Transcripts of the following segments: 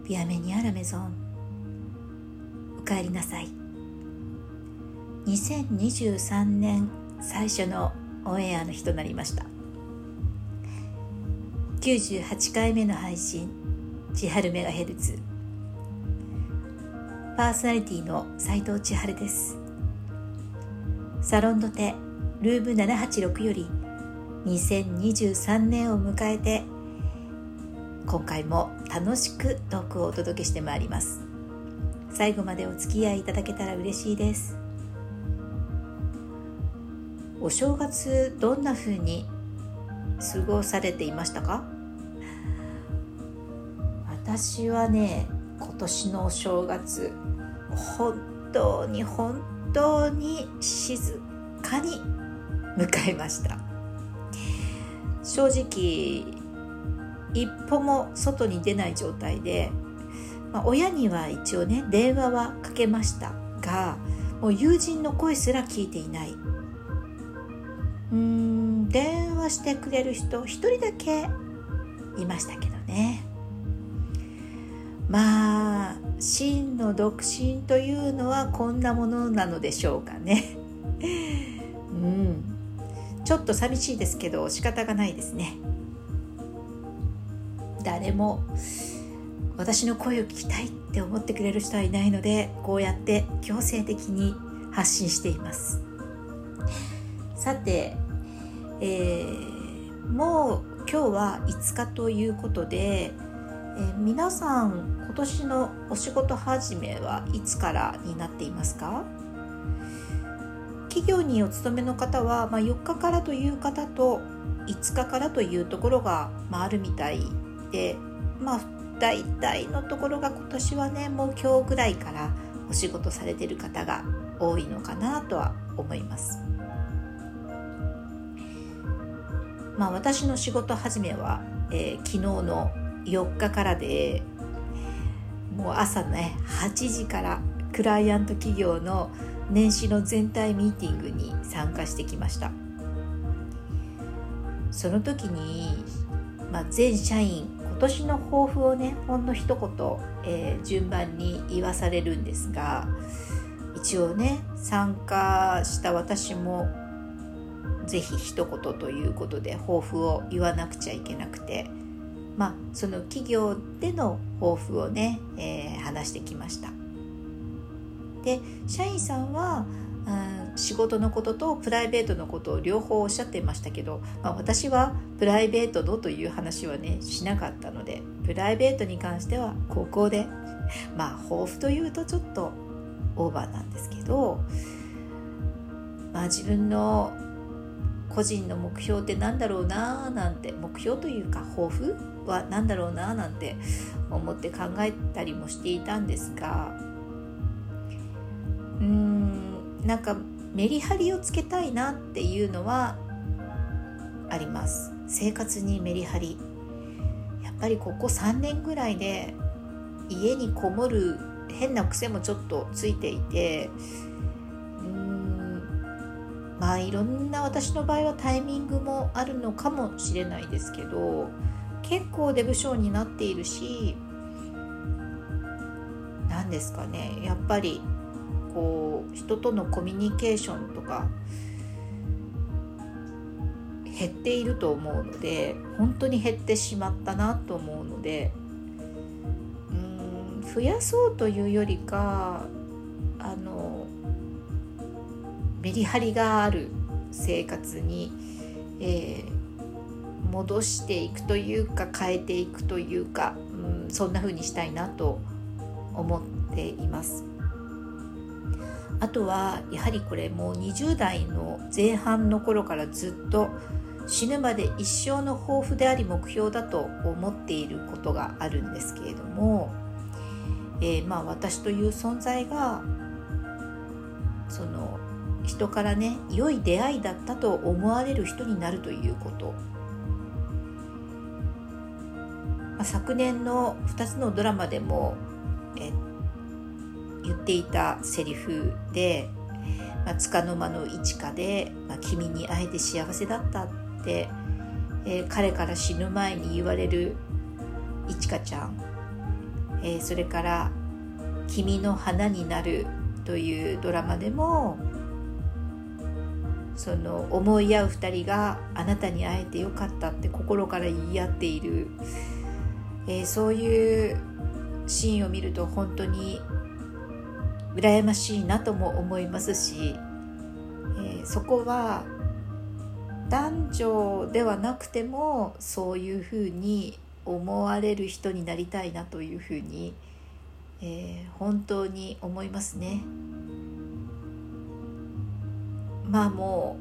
ビアメニアラメゾン、おかえりなさい。2023年最初のオンエアの日となりました。98回目の配信、千春メガヘルツ。パーソナリティの斉藤千春です。サロンドテルーム786より2023年を迎えて、今回も楽しくトークをお届けしてまいります。最後までお付き合いいただけたら嬉しいです。お正月どんな風に過ごされていましたか？私はね、今年のお正月本当に静かに迎えました。正直一歩も外に出ない状態で、親には一応ね電話はかけましたが、もう友人の声すら聞いていない。電話してくれる人一人だけいましたけどね。真の独身というのはこんなものなのでしょうかね。ちょっと寂しいですけど仕方がないですね。誰も私の声を聞きたいって思ってくれる人はいないので、こうやって強制的に発信しています。さて、もう今日は5日ということで、皆さん今年のお仕事始めはいつからになっていますか？企業にお勤めの方は、4日からという方と5日からというところが、あるみたいで、大体のところが今年はね、もう今日ぐらいからお仕事されている方が多いのかなとは思います。私の仕事始めは、昨日の4日からで、もう朝ね8時からクライアント企業の年始の全体ミーティングに参加してきました。その時に、全社員今年の抱負をねほんの一言、順番に言わされるんですが、一応ね参加した私もぜひ一言ということで抱負を言わなくちゃいけなくて、その企業での抱負をね、話してきました。で、社員さんは、仕事のこととプライベートのことを両方おっしゃっていましたけど、私はプライベートのという話はねしなかったので、プライベートに関してはここで抱負というとちょっとオーバーなんですけど、自分の個人の目標ってなんだろうななんて、目標というか抱負はなんだろうななんて思って考えたりもしていたんですが、なんかメリハリをつけたいなっていうのはあります。生活にメリハリ、やっぱりここ3年ぐらいで家にこもる変な癖もちょっとついていて、いろんな、私の場合はタイミングもあるのかもしれないですけど、結構デブ症になっているし、なんですかね、やっぱりこう人とのコミュニケーションとか減っていると思うので、本当に減ってしまったなと思うので、増やそうというよりか、メリハリがある生活に、戻していくというか変えていくというか、そんな風にしたいなと思っています。あとはやはりこれもう20代の前半の頃からずっと死ぬまで一生の抱負であり目標だと思っていることがあるんですけれども、私という存在がその人からね良い出会いだったと思われる人になるということ、昨年の2つのドラマでも、言っていたセリフで、束の間の一花で、君に会えて幸せだったって、彼から死ぬ前に言われるいちかちゃん、 それから君の花になるというドラマでもその思い合う二人があなたに会えてよかったって心から言い合っている、そういうシーンを見ると本当に羨ましいなとも思いますし、そこは男女ではなくてもそういうふうに思われる人になりたいなというふうに、本当に思いますね。まあも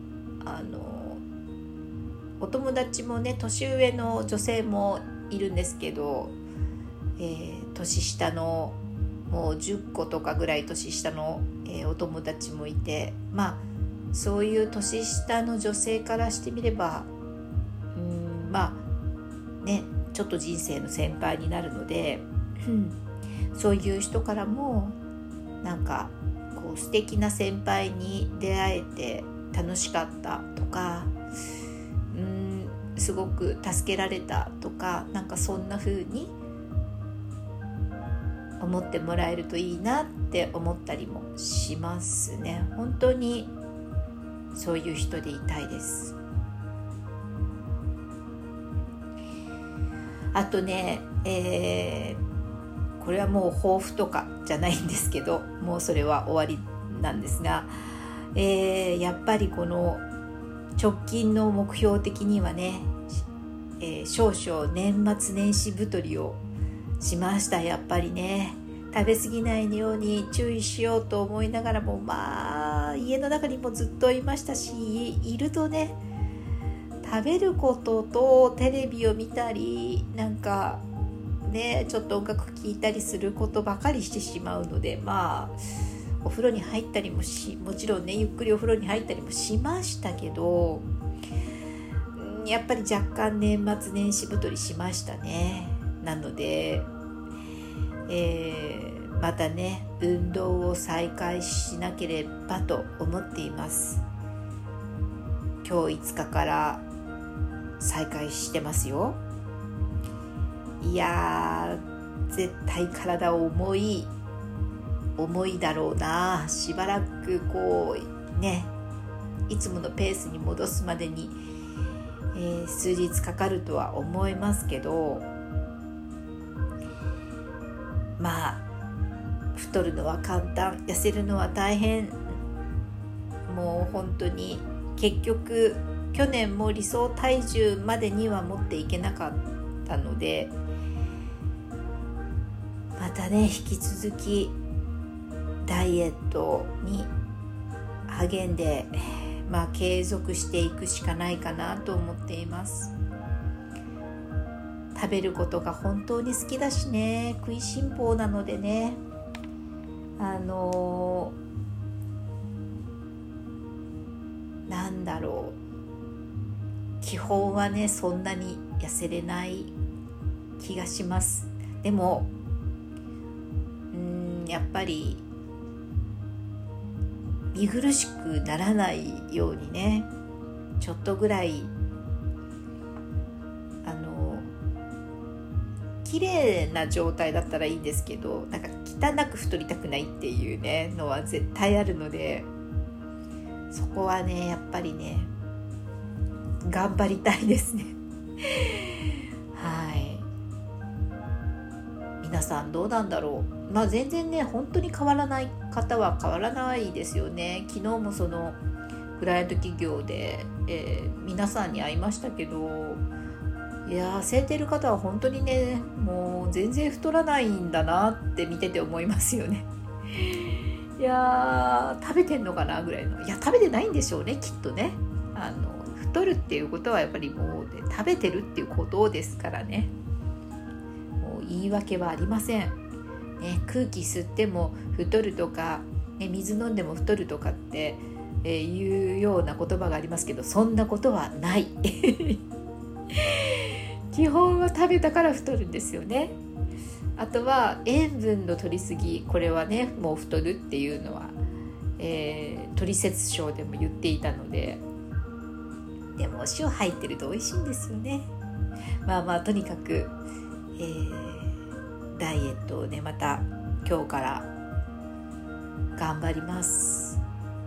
うお友達もね、年上の女性もいるんですけど、年下のもう10個とかぐらい年下の、お友達もいて、まあそういう年下の女性からしてみればまあね、ちょっと人生の先輩になるので、そういう人からもなんかこう素敵な先輩に出会えて楽しかったとか、すごく助けられたとか、なんかそんな風に思ってもらえるといいなって思ったりもしますね。本当にそういう人でいたいです。あとね、これはもう抱負とかじゃないんですけど、もうそれは終わりなんですが、やっぱりこの直近の目標的にはね、少々年末年始太りをしました。やっぱりね、食べ過ぎないように注意しようと思いながらも、まあ家の中にもずっといましたし、いるとね、食べることとテレビを見たり、なんかね、ちょっと音楽聴いたりすることばかりしてしまうので、まあお風呂に入ったりもちろんね、ゆっくりお風呂に入ったりもしましたけど、やっぱり若干年末年始太りしましたね。なので、またね、運動を再開しなければと思っています。今日5日から再開してますよ。いやー、絶対体重いだろうな。しばらくこうね、いつものペースに戻すまでに、数日かかるとは思いますけど、まあ太るのは簡単、痩せるのは大変。もう本当に結局去年も理想体重までには持っていけなかったので、またね、引き続きダイエットに励んで、継続していくしかないかなと思っています。食べることが本当に好きだしね、食いしん坊なのでね、なんだろう、基本はね、そんなに痩せれない気がします。でもやっぱり見苦しくならないようにね、ちょっとぐらい綺麗な状態だったらいいんですけど、なんか汚く太りたくないっていうねのは絶対あるので、そこはね、やっぱりね、頑張りたいですねはい。皆さんどうなんだろう。全然ね、本当に変わらない方は変わらないですよね。昨日もそのクライアント企業で、皆さんに会いましたけど、いや、痩せてる方は本当にね、もう全然太らないんだなって見てて思いますよねいや、食べてんのかなぐらいの。いや、食べてないんでしょうね、きっとね。太るっていうことはやっぱりもう、食べてるっていうことですからね。もう言い訳はありません、ね、空気吸っても太るとか、ね、水飲んでも太るとかって、いうような言葉がありますけど、そんなことはない基本は食べたから太るんですよね。あとは塩分の摂りすぎ、これはね、もう太るっていうのは、トリセツショーでも言っていたので、でもお塩入ってると美味しいんですよね。とにかく、ダダイエットをねまた今日から頑張ります。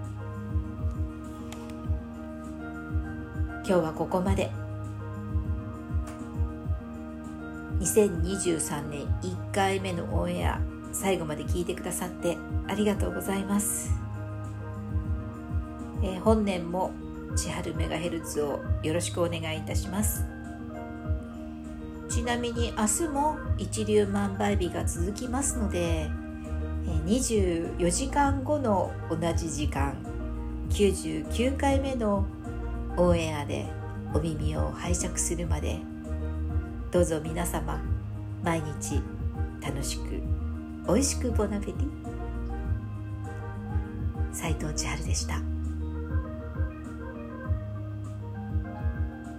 今日はここまで。2023年1回目のオンエア、最後まで聞いてくださってありがとうございます。本年も千春メガヘルツをよろしくお願いいたします。ちなみに明日も一粒万倍日が続きますので、24時間後の同じ時間、99回目のオンエアでお耳を拝借するまで、どうぞ皆様毎日楽しくおいしくボナペティ。斉藤千春でした。